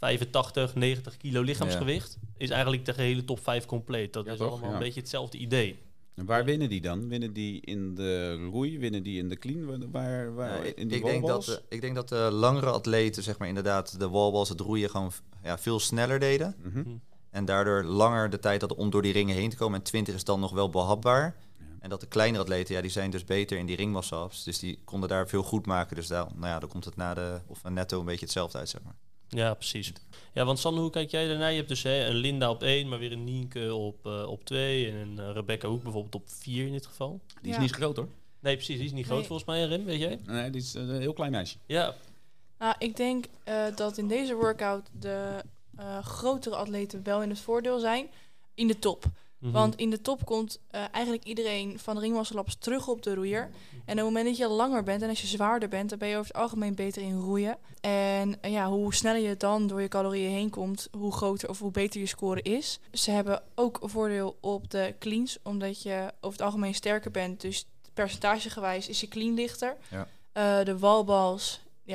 85, 90 kilo lichaamsgewicht. Is eigenlijk de gehele top 5 compleet. Dat Ja, is toch? allemaal Ja. een beetje hetzelfde idee. En waar winnen die dan? Winnen die in de roei? Winnen die in de clean? Waar Nou, in die ik denk dat de langere atleten, zeg maar inderdaad, de wallballs, het roeien gewoon veel sneller deden. Mhm. En daardoor langer de tijd hadden om door die ringen heen te komen. En 20 is dan nog wel behapbaar. Ja. En dat de kleinere atleten, die zijn dus beter in die ringmassa-ups. Dus die konden daar veel goed maken. Dus daar, dan komt het netto een beetje hetzelfde uit, zeg maar. Ja, precies. Ja, want Sander, hoe kijk jij daarnaar? Je hebt dus een Linda op 1, maar weer een Nienke op 2 en een Rebecca Hoek bijvoorbeeld op 4 in dit geval. Die is Ja. niet groot hoor. Nee, precies. Die is niet groot Nee. volgens mij, Rem, weet jij? Nee, die is een heel klein meisje. Ja, Nou, ik denk dat in deze workout de grotere atleten wel in het voordeel zijn in de top. Mhm. Want in de top komt eigenlijk iedereen van de ringmuscle-ups terug op de roeier. En op het moment dat je langer bent en als je zwaarder bent, dan ben je over het algemeen beter in roeien. En hoe sneller je dan door je calorieën heen komt, hoe groter of hoe beter je score is. Ze hebben ook een voordeel op de cleans, omdat je over het algemeen sterker bent. Dus percentagegewijs is je clean lichter. Ja. De wallballs,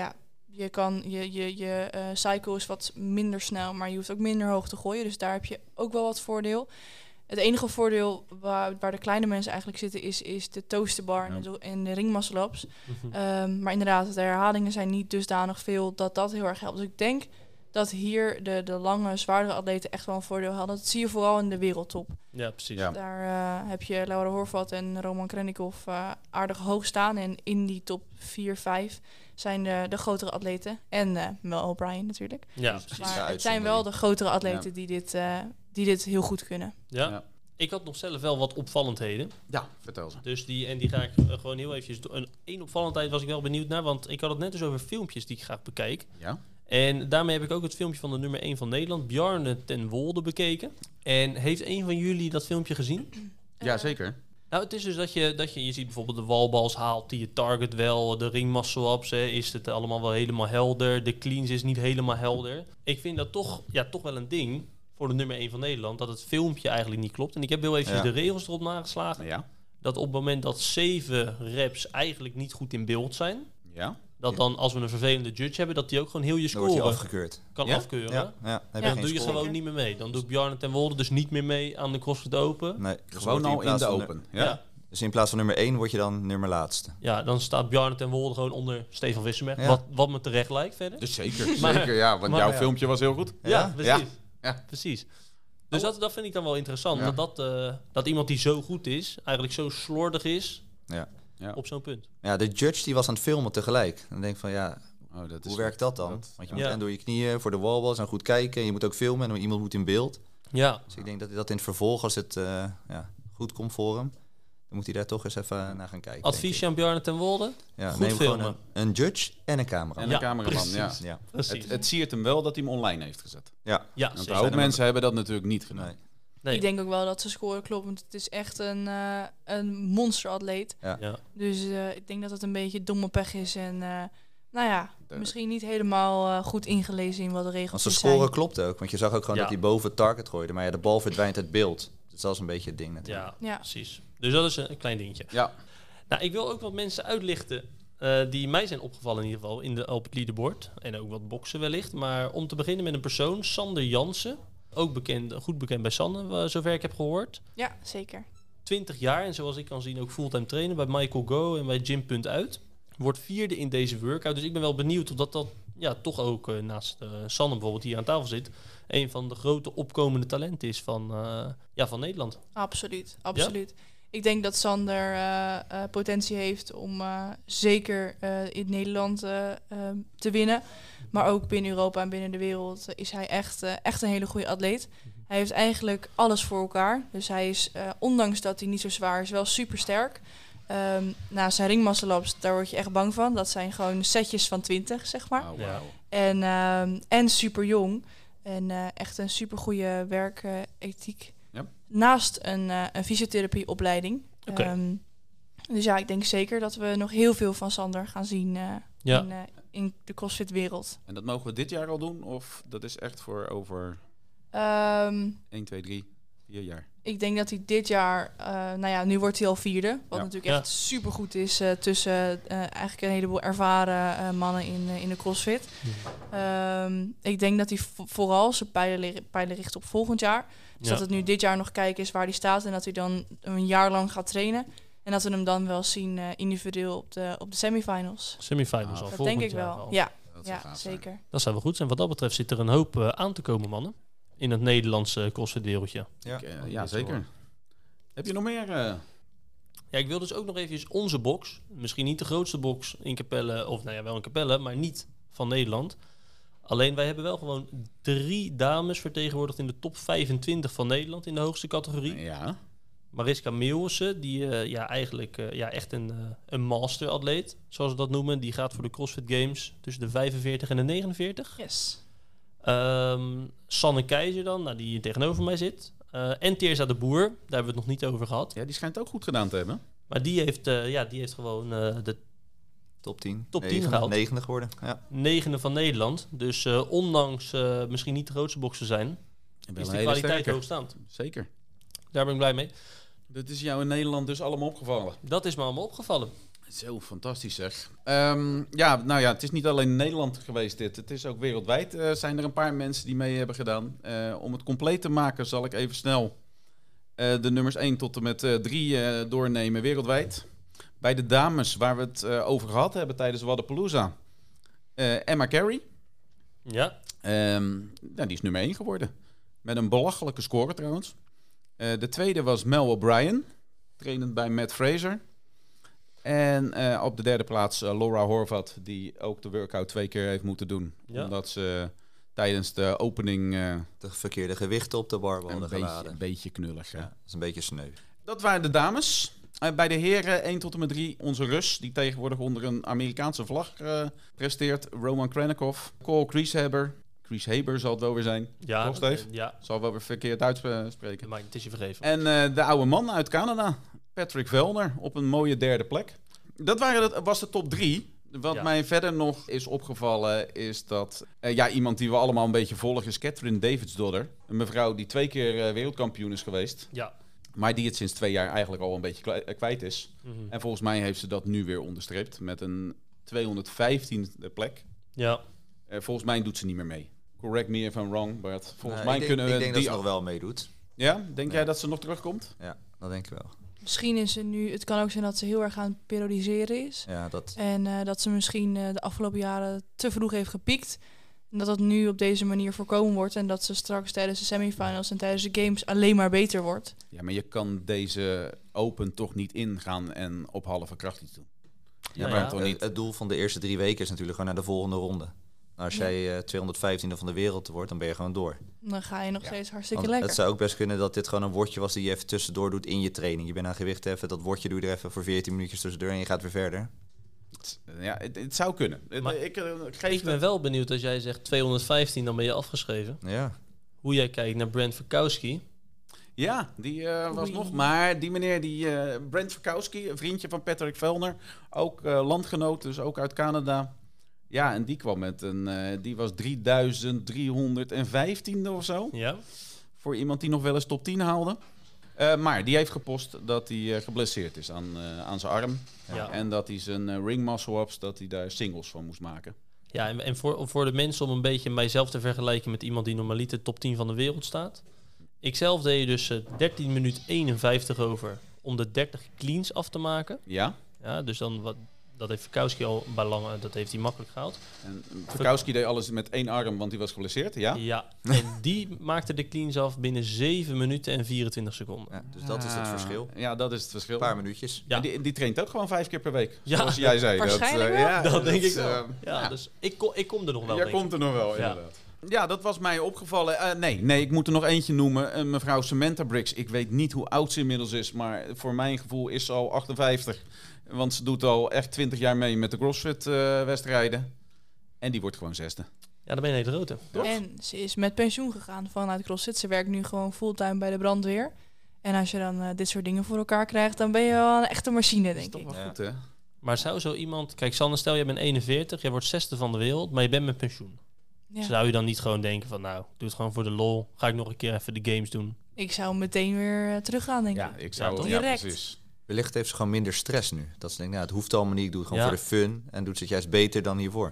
je kan je cycle is wat minder snel, maar je hoeft ook minder hoog te gooien. Dus daar heb je ook wel wat voordeel. Het enige voordeel waar de kleine mensen eigenlijk zitten is de toasterbar en de ringmuscle-ups. Mhm. Maar inderdaad, de herhalingen zijn niet dusdanig veel dat heel erg helpt. Dus ik denk dat hier de lange, zwaardere atleten echt wel een voordeel hadden. Dat zie je vooral in de wereldtop. Ja, precies. Ja. Daar heb je Laura Horvat en Roman Krennikov aardig hoog staan. En in die top 4, 5 zijn de grotere atleten. En Mel O'Brien natuurlijk. Ja, precies. Maar Ja, het zijn wel de grotere atleten Ja. die dit heel goed kunnen. Ja. Ja. Ik had nog zelf wel wat opvallendheden. Ja, vertel ze. Dus die ga ik gewoon heel eventjes doen. Eén opvallendheid was ik wel benieuwd naar, want ik had het net dus over filmpjes die ik graag bekijk. Ja. En daarmee heb ik ook het filmpje van de nummer 1 van Nederland, Bjarne ten Wolde, bekeken. En heeft een van jullie dat filmpje gezien? Ja, zeker. Nou, het is dus dat je ziet bijvoorbeeld de wallballs, haalt die je target wel, de ring muscle-ups, is het allemaal wel helemaal helder, de cleans is niet helemaal helder. Ik vind dat toch wel een ding voor de nummer 1 van Nederland, dat het filmpje eigenlijk niet klopt. En ik heb heel even de regels erop nageslagen. Ja. Dat op het moment dat 7 reps eigenlijk niet goed in beeld zijn, Ja. dat dan als we een vervelende judge hebben, dat die ook gewoon heel je Dan wordt hij score afgekeurd. kan Ja? afkeuren. Ja, dan heb je Dan geen doe je score. gewoon niet meer mee. Dan doet Bjarne ten Wolde dus niet meer mee aan de CrossFit Open. Nee, dus Gewoon wordt hij al in plaats de van open. Ja. Ja. Dus in plaats van nummer 1 word je dan nummer laatste. Ja, dan staat Bjarne ten Wolde gewoon onder Stefan Wissenberg. Ja. Wat me terecht lijkt verder. Dus zeker, Maar- zeker. Ja, want maar- jouw filmpje was heel goed. Ja, precies. Ja. Precies. Dus dat vind ik dan wel interessant. Ja. Dat iemand die zo goed is, eigenlijk zo slordig is Ja. Ja. op zo'n punt. Ja, de judge die was aan het filmen tegelijk. Dan denk ik van ja, Oh, dat is hoe werkt dat dan? dat- Want je moet ja. en door je knieën voor de wallballs en goed kijken. En je moet ook filmen en iemand moet in beeld. Ja, Dus ik denk dat hij dat in het vervolg, als het goed komt voor hem, dan moet hij daar toch eens even naar gaan kijken. adviesje aan Bjarne ten Wolde. denk ik. Ja, goed neem gewoon filmen. een judge en een camera. En Ja, een cameraman, precies. ja. Ja. Precies. Het siert hem wel dat hij hem online heeft gezet. Ja. Ja, Want zeker. een hoop mensen hebben dat natuurlijk niet gedaan. Nee. Nee. Ik denk ook wel dat zijn score klopt, want het is echt een monsteratleet. Ja. Dus ik denk dat het een beetje domme pech is. En nou ja, De- misschien niet helemaal goed ingelezen in wat de Want regels zijn zijn. score klopt ook. Want je zag ook gewoon Ja. dat hij boven het target gooide. Maar ja, de bal verdwijnt uit beeld. Dus dat is een beetje het ding natuurlijk. Ja, Ja. precies. Dus dat is een klein dingetje. Ja. Nou, ik wil ook wat mensen uitlichten die mij zijn opgevallen in ieder geval op het leaderboard. En ook wat boksen wellicht. Maar om te beginnen met een persoon, Sander Jansen. Ook goed bekend bij Sanne, zover ik heb gehoord. Ja, zeker. 20 jaar en zoals ik kan zien ook fulltime trainer bij Michael Go en bij Gym.uit. Wordt 4e in deze workout. Dus ik ben wel benieuwd of dat toch ook naast Sanne bijvoorbeeld hier aan tafel zit. Een van de grote opkomende talenten is van Nederland. Absoluut, absoluut. Ik denk dat Sander potentie heeft om zeker in Nederland te winnen. Maar ook binnen Europa en binnen de wereld is hij echt een hele goede atleet. Hij heeft eigenlijk alles voor elkaar. Dus hij is, ondanks dat hij niet zo zwaar is, wel super sterk. Zijn ringmuscle-ups, daar word je echt bang van. Dat zijn gewoon setjes van 20, zeg maar. Oh, Ja. wauw. En super jong. En echt een super goede werkethiek. Ja. Naast een fysiotherapieopleiding. Oké. Dus ja, ik denk zeker dat we nog heel veel van Sander gaan zien in de CrossFit-wereld. En dat mogen we dit jaar al doen? Of dat is echt voor over Ehm, 1, 2, 3, 4 jaar? Ik denk dat hij dit jaar, nu wordt hij al 4e. Wat Ja. natuurlijk echt supergoed is tussen eigenlijk een heleboel ervaren mannen in de CrossFit. Ik denk dat hij vooral zijn pijlen richt op volgend jaar. Dus dat het nu dit jaar nog kijken is waar hij staat. En dat hij dan een jaar lang gaat trainen. En dat we hem dan wel zien individueel op de semifinals. Semifinals Ah, al Dat volgend denk ik jaar wel. al. Ja, Dat zou ja gaaf zijn. zeker. Dat zou wel goed zijn. Wat dat betreft zit er een hoop aan te komen, mannen. In het Nederlandse CrossFit-wereldje. Ja. Ja, zeker. Heb je nog meer? Ja, ik wil dus ook nog even onze box. Misschien niet de grootste box in Capelle. Of nou ja, wel in Capelle, maar niet van Nederland. Alleen wij hebben wel gewoon 3 dames vertegenwoordigd in de top 25 van Nederland in de hoogste categorie. Ja. Mariska Meeuwissen, die echt een master-atleet, zoals we dat noemen. Die gaat voor de CrossFit Games tussen de 45 en de 49. Yes. Sanne Keizer dan, die hier tegenover mij zit. En Teerza de Boer, daar hebben we het nog niet over gehad. Ja, die schijnt het ook goed gedaan te hebben. Maar die heeft gewoon de Top 10. Top 10 gehaald. 9 geworden. Ja. 9e van Nederland. Dus ondanks misschien niet de grootste boxen zijn, is de kwaliteit hoogstaand. Zeker. Daar ben ik blij mee. Dat is jou in Nederland dus allemaal opgevallen. Dat is me allemaal opgevallen. Zo fantastisch zeg. Het is niet alleen in Nederland geweest dit. Het is ook wereldwijd. Zijn er een paar mensen die mee hebben gedaan. Om het compleet te maken zal ik even snel de nummers 1 tot en met 3 doornemen wereldwijd. Bij de dames waar we het over gehad hebben tijdens Wodapalooza. Emma Carey. Ja. Die is nummer 1 geworden. Met een belachelijke score trouwens. De tweede was Mel O'Brien. Trainend bij Matt Fraser. En op de 3e plaats Laura Horvat, die ook de workout 2 keer heeft moeten doen. Ja. Omdat ze tijdens de opening De verkeerde gewichten op de barbel hadden een geladen. beetje knullig. Ja, dat is een beetje sneu. Dat waren de dames. Bij de heren 1 tot en met 3 onze Rus, die tegenwoordig onder een Amerikaanse vlag presteert. Roman Krennikov, Cole Krieshaber. Krieshaber zal het wel weer zijn. Ja, Toch, Steve? ja. Zal wel weer verkeerd uitspreken. Maar het is je vergeven. En de oude man uit Canada, Patrick Vellner, op een mooie 3e plek. Dat was de top 3. Wat mij verder nog is opgevallen is dat... iemand die we allemaal een beetje volgen is Catherine Davidsdottir. Een mevrouw die 2 keer wereldkampioen is geweest. Ja. Maar die het sinds 2 jaar eigenlijk al een beetje kwijt is. Mhm. En volgens mij heeft ze dat nu weer onderstreept met een 215e plek. Ja. Volgens mij doet ze niet meer mee. Correct me if I'm wrong, but volgens mij ik kunnen we... denk dat ze nog wel meedoet. Ja? Denk jij dat ze nog terugkomt? Ja, dat denk ik wel. Misschien is ze nu... Het kan ook zijn dat ze heel erg aan het periodiseren is. Ja, dat... En dat ze misschien de afgelopen jaren te vroeg heeft gepiekt. En dat dat nu op deze manier voorkomen wordt. En dat ze straks tijdens de semifinals en tijdens de games alleen maar beter wordt. Ja, maar je kan deze Open toch niet ingaan en op halve kracht iets doen. Ja, maar ja. toch niet. Het doel van de eerste 3 weken is natuurlijk gewoon naar de volgende ronde. Nou, als jij 215e van de wereld wordt, dan ben je gewoon door. Dan ga je nog steeds hartstikke Want lekker. het zou ook best kunnen dat dit gewoon een woordje was die je even tussendoor doet in je training. Je bent aan gewicht heffen, dat woordje doe je er even voor 14 minuutjes tussendoor en je gaat weer verder. Ja, het zou kunnen. Maar Ik Ik ben wel benieuwd als jij zegt 215, dan ben je afgeschreven. Ja. Hoe jij kijkt naar Brent Verkowski. Ja, die was Oei. nog. Maar die meneer, Brent Verkowski, een vriendje van Patrick Vellner, ook landgenoot, dus ook uit Canada. Ja, en die kwam met die was 3315e of zo. Ja. Voor iemand die nog wel eens top 10 haalde. Maar die heeft gepost dat hij geblesseerd is aan zijn arm. Ja. En dat hij zijn ring muscle-ups, dat hij daar singles van moest maken. Ja, en voor de mensen om een beetje mijzelf te vergelijken met iemand die normaliter top 10 van de wereld staat. Ikzelf deed dus 13 minuten 51 over om de 30 cleans af te maken. Ja. Ja, dus dan dat heeft Verkowski al bij lange, dat heeft hij makkelijk gehaald. En Verkowski deed alles met 1 arm, want hij was geblesseerd. Ja. Ja, en die maakte de cleans af binnen 7 minuten en 24 seconden. Ja, dus dat is het verschil. Ja, dat is het verschil. Een paar minuutjes. Ja. En die traint ook gewoon 5 keer per week. Ja, zoals jij zei. waarschijnlijk wel. Ja, Dat denk ik wel. ja. Ja, dus ik kom er nog wel, Jij denk ik. komt er nog wel, Ja. inderdaad. Ja, dat was mij opgevallen. Nee, ik moet er nog eentje noemen. Mevrouw Samantha Briggs. Ik weet niet hoe oud ze inmiddels is, maar voor mijn gevoel is ze al 58. Want ze doet al echt 20 jaar mee met de CrossFit-wedstrijden. En die wordt gewoon 6e. Ja, dan ben je een hele grote. Toch? En ze is met pensioen gegaan vanuit CrossFit. Ze werkt nu gewoon fulltime bij de brandweer. En als je dan dit soort dingen voor elkaar krijgt, dan ben je wel een echte machine, Dat is denk toch ik. wel Ja. goed, hè? Maar zou zo iemand... Kijk, Sander, stel, jij bent 41, jij wordt 6e van de wereld, maar je bent met pensioen. Ja. Zou je dan niet gewoon denken van, nou, doe het gewoon voor de lol. Ga ik nog een keer even de games doen. Ik zou meteen weer teruggaan, denk Ja, ik. ik zou... toch? Ja, Direct. precies. Wellicht heeft ze gewoon minder stress nu. Dat ze denkt, nou, het hoeft allemaal niet. Ik doe het gewoon Ja. voor de fun. En doet ze het juist beter dan hiervoor.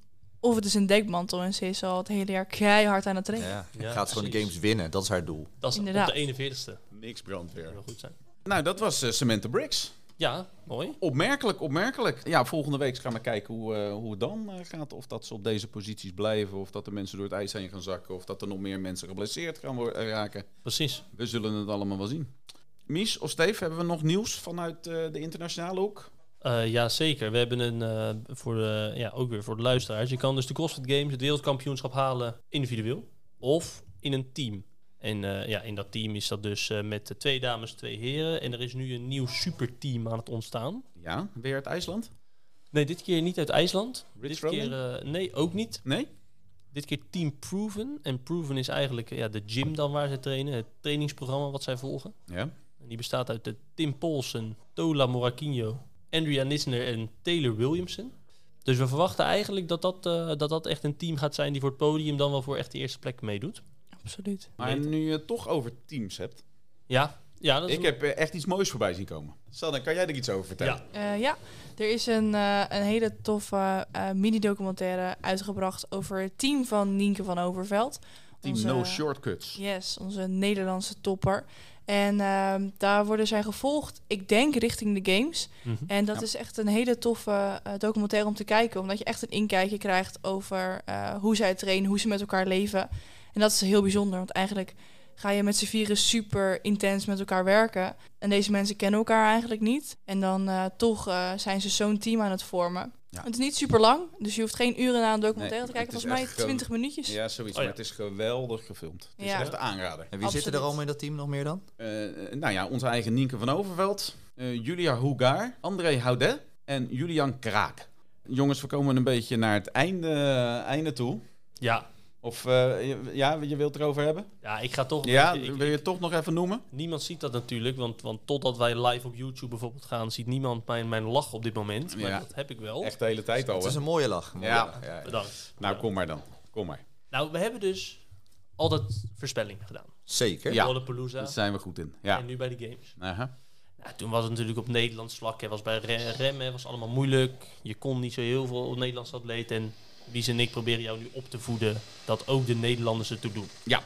Of het is een dekmantel en ze is al het hele jaar keihard aan het trainen. Ja. Ja, Gaat ze gewoon de precies. games winnen. Dat is haar doel. Dat is Inderdaad. op de 41ste. Niks brandweer. Dat zou goed zijn. Nou, dat was Samantha Briggs. Ja, mooi. Opmerkelijk. Ja, volgende week gaan we kijken hoe het dan gaat. Of dat ze op deze posities blijven. Of dat de mensen door het ijs heen gaan zakken. Of dat er nog meer mensen geblesseerd gaan raken. Precies. We zullen het allemaal wel zien. Mies of Steve, hebben we nog nieuws vanuit de internationale hoek? Ja, zeker. We hebben een, ook weer voor de luisteraars. Je kan dus de CrossFit Games, het wereldkampioenschap halen individueel. Of in een team. En in dat team is dat dus met 2 dames, 2 heren. En er is nu een nieuw superteam aan het ontstaan. Ja, weer uit IJsland? Nee, dit keer niet uit IJsland. Rich Dit keer, nee, ook niet. Nee? Dit keer Team Proven. En Proven is eigenlijk de gym dan waar ze trainen. Het trainingsprogramma wat zij volgen. Ja. En die bestaat uit de Tim Paulsen, Tola Morakinho, Andrea Nisner en Taylor Williamson. Dus we verwachten eigenlijk dat echt een team gaat zijn die voor het podium dan wel voor echt de eerste plek meedoet. Absoluut. Maar nu je het toch over teams hebt. Ja, dat is Ik heb echt iets moois voorbij zien komen. Sanne, kan jij er iets over vertellen? Ja. Er is een hele toffe mini-documentaire uitgebracht over het team van Nienke van Overveld. Team Onze- No Shortcuts. Yes, onze Nederlandse topper. En daar worden zij gevolgd, ik denk, richting de games. Mhm. En dat Ja. is echt een hele toffe documentaire om te kijken. Omdat je echt een inkijkje krijgt over hoe zij trainen, hoe ze met elkaar leven. En dat is heel bijzonder, want eigenlijk ga je met z'n vieren super intens met elkaar werken. En deze mensen kennen elkaar eigenlijk niet. En dan zijn ze zo'n team aan het vormen. Ja. Het is niet super lang, dus je hoeft geen uren naar een documentaire Nee, te kijken. het is Volgens mij echt gewoon- 20 minuutjes. Ja, zoiets. Oh ja. Maar het is geweldig gefilmd. Het is Ja. echt een aanrader. En wie zitten er Absoluut. allemaal in dat team nog meer dan? Nou ja, onze eigen Nienke van Overveld. Julia Hougaar. André Houdet. En Julian Kraak. Jongens, we komen een beetje naar het einde toe. Ja, Of je wilt het erover hebben? Ja, ik ga toch... Ja, wil je het toch nog even noemen? Niemand ziet dat natuurlijk, want totdat wij live op YouTube bijvoorbeeld gaan, ziet niemand mijn lach op dit moment. Maar dat heb ik wel. Echt de hele tijd al, Het is hè? een mooie lach. Ja. Bedankt. Nou, kom maar dan. Kom maar. Nou, we hebben dus altijd voorspellingen gedaan. Zeker. Ja. Lollapalooza. Daar zijn we goed in. Ja. En nu bij de games. Aha. Nou, toen was het natuurlijk op Nederlands vlak. Het was bij remmen, was allemaal moeilijk. Je kon niet zo heel veel op Nederlandse atleten. En Wies en ik proberen jou nu op te voeden dat ook de Nederlanders het toe doen. Ja.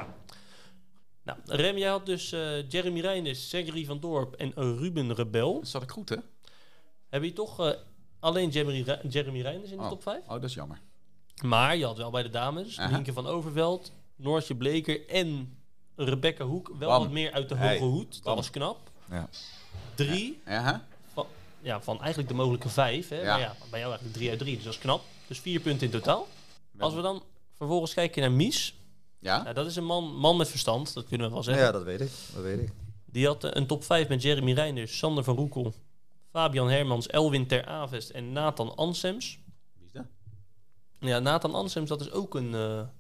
Nou, Rem, jij had dus Jeremy Reinders, Zegri van Dorp en Ruben Rebel. Dat zat ik goed, hè? Heb je toch alleen Jeremy Reinders in de top 5? Oh, dat is jammer. Maar je had wel bij de dames Aha. Nienke van Overveld, Noortje Bleker en Rebecca Hoek wel Bam. wat meer uit de hoge Hey, hoed. Dat bam. was knap. Ja. 3 Aha. van eigenlijk de mogelijke 5. Hè? Ja. Maar ja, bij jou eigenlijk 3 uit 3, dus dat is knap. Dus 4 punten in totaal. Als we dan vervolgens kijken naar Mies. Ja? Nou, dat is een man met verstand, dat kunnen we wel zeggen. Ja, dat weet ik. Die had een top 5 met Jeremy Reinders, Sander van Roekel, Fabian Hermans, Elwin Ter Avest en Nathan Ansems. Wie is dat? Ja, Nathan Ansems, dat is ook een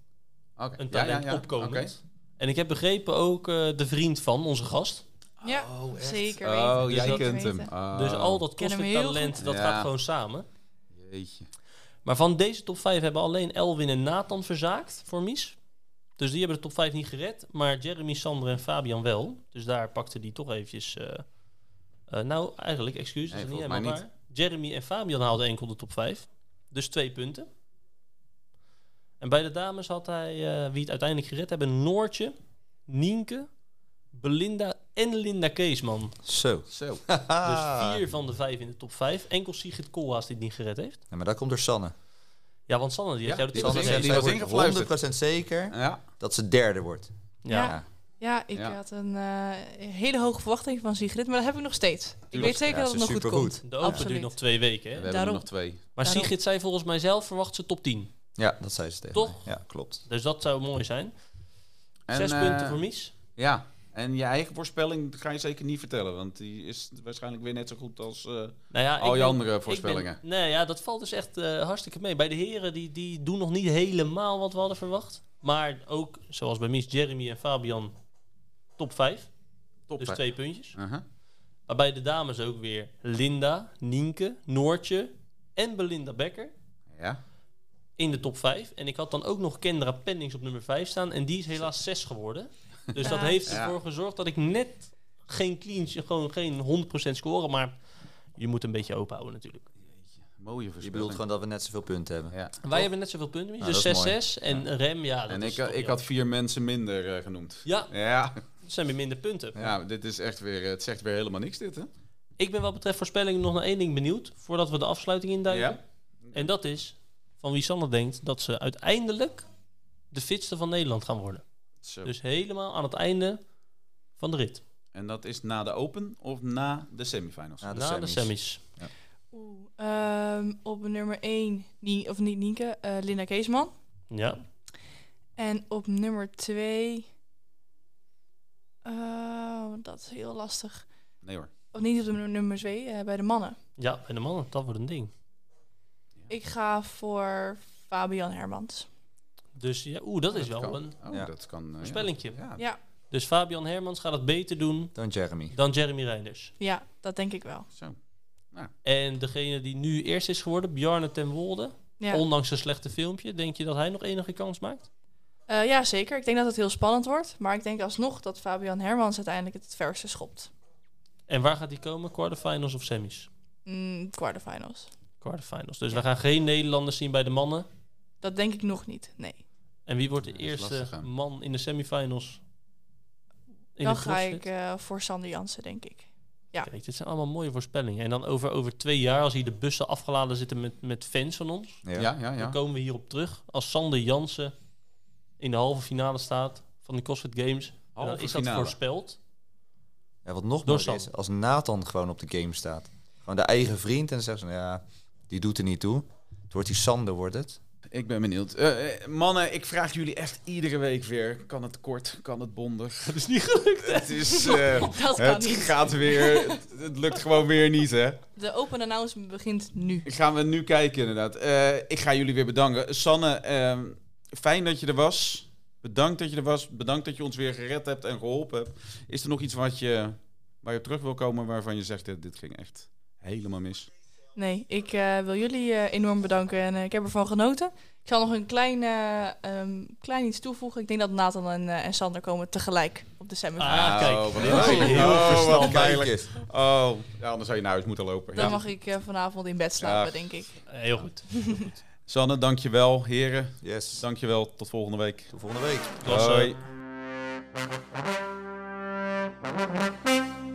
talent opkomend. Oké. En ik heb begrepen ook de vriend van onze gast. Ja, zeker weten. Oh, Dus jij dat kent hem. weten. Oh. Dus al dat Ken hem heel talent, goed. dat Ja. gaat gewoon samen. Jeetje. Maar van deze top 5 hebben alleen Elwin en Nathan verzaakt voor Mies. Dus die hebben de top 5 niet gered. Maar Jeremy, Sander en Fabian wel. Dus daar pakte die toch eventjes... nou, eigenlijk, excuus. Nee, dat is niet volgens mij helemaal waar. Jeremy en Fabian haalden enkel de top 5. Dus 2 punten. En bij de dames had hij, wie het uiteindelijk gered hebben, Noortje, Nienke, Belinda en Linda Keesman. Zo. Zo. Dus 4 van de 5 in de top 5. Enkel Sigrid Koolhaas die het niet gered heeft. Ja, maar daar komt door Sanne. Ja, want Sanne, die heeft Ja, jou de die top was gezet. die was Zij wordt ingefluisterd. 100% zeker Ja. dat ze derde wordt. Ja. Ja, ik Ja. had een hele hoge verwachting van Sigrid, maar dat heb ik nog steeds. Ik weet zeker Ja, dat ze het nog is goed supergoed. komt. De Open Absoluut. duurt nog 2 weken. Hè? We hebben er Daarom. nog 2. Maar Daarom. Sigrid zei volgens mij zelf, verwacht ze top 10. Ja, dat zei ze tegen Toch? mij. Ja, klopt. Dus dat zou mooi zijn. En, 6 punten voor Mies. Ja. En je eigen voorspelling ga je zeker niet vertellen. Want die is waarschijnlijk weer net zo goed als... Nou ja, Al je ik ben- andere ik voorspellingen. nee, ja, dat valt dus echt hartstikke mee. Bij de heren, die doen nog niet helemaal wat we hadden verwacht. Maar ook, zoals bij Mies, Jeremy en Fabian, top 5. Top Dus 5. 2 puntjes. Aha. Maar bij de dames ook weer Linda, Nienke, Noortje en Belinda Becker Ja. in de top 5. En ik had dan ook nog Kendra Pendings op nummer 5 staan. En die is helaas 6 geworden. Dus dat heeft Ja. ervoor gezorgd dat ik net geen clean, gewoon geen 100% scoren. Maar je moet een beetje open houden natuurlijk. Mooie Je voorspelling. bedoelt gewoon dat we net zoveel punten hebben. Ja. Wij hebben net zoveel punten, Ja, dus dat is 6-6 en Rem, ja. Dat En is ik toch had jammer. 4 mensen minder genoemd. Ja, Ja. dat zijn weer minder punten. Ja, dit is echt weer... Het zegt weer helemaal niks, dit, hè? Ik ben wat betreft voorspellingen nog naar één ding benieuwd, voordat we de afsluiting induiken. Ja. En dat is van wie Sander denkt dat ze uiteindelijk de fitste van Nederland gaan worden. Zo. Dus helemaal aan het einde van de rit. En dat is na de Open of na de semifinals? Na de Na de semis. semis. Op nummer 1, of niet Nienke, Linda Keesman. Ja. En op nummer 2... dat is heel lastig. Nee hoor. Of niet op de nummer 2, bij de mannen. Ja, bij de mannen, dat wordt een ding. Ik ga voor Fabian Hermans. Dus ja, dat is wel kan. een Oh, Ja. dat kan... voorspellingje. Ja. Ja, Dus Fabian Hermans gaat het beter doen Dan Jeremy. dan Jeremy Reinders. ja, dat denk ik wel. Zo. En degene die nu eerst is geworden, Bjarne ten Wolde, Ja. ondanks een slechte filmpje, denk je dat hij nog enige kans maakt? Ja, zeker. Ik denk dat het heel spannend wordt. Maar ik denk alsnog dat Fabian Hermans uiteindelijk het verste schopt. En waar gaat hij komen? Quarterfinals of semis? Quarterfinals. Quarterfinals. Dus we gaan geen Nederlanders zien bij de mannen. Dat denk ik nog niet, nee. En wie wordt de Ja, dat is eerste lastig, hè? man in de semifinals? In Dan de ga CrossFit? ik voor Sander Jansen, denk ik. Ja. Kijk, dit zijn allemaal mooie voorspellingen. En dan over 2 jaar, als hier de bussen afgeladen zitten met fans van ons, Ja. dan komen we hierop terug. Als Sander Jansen in de halve finale staat van de CrossFit Games, Halve dan is dat finale. voorspeld. Ja, wat nog Door mooier is, als Nathan gewoon op de game staat. Gewoon de eigen vriend en dan zeggen ze, ja, die doet er niet toe. Het wordt die Sander, wordt het. Ik ben benieuwd. Mannen, ik vraag jullie echt iedere week weer. Kan het kort? Kan het bondig? Dat is niet gelukt. Het is... Dat kan het niet. gaat weer... Het lukt gewoon weer niet, hè? De open announcement begint nu. Gaan we nu kijken, inderdaad. Ik ga jullie weer bedanken. Sanne, Fijn dat je er was. Bedankt dat je er was. Bedankt dat je ons weer gered hebt en geholpen hebt. Is er nog iets waar je op terug wil komen waarvan je zegt, dit ging echt helemaal mis? Nee, ik wil jullie enorm bedanken en ik heb ervan genoten. Ik zal nog een klein iets toevoegen. Ik denk dat Nathan en Sander komen tegelijk op de semifinale. Kijk. wat Heel verstandig. pijnlijk. Oh, ja, anders zou je naar huis moeten lopen. Dan Ja. mag ik vanavond in bed slapen, denk ik. Heel goed. Sanne, dankjewel. Heren, Yes. dankjewel. Tot volgende week. Tot volgende week. Klasse. Hoi.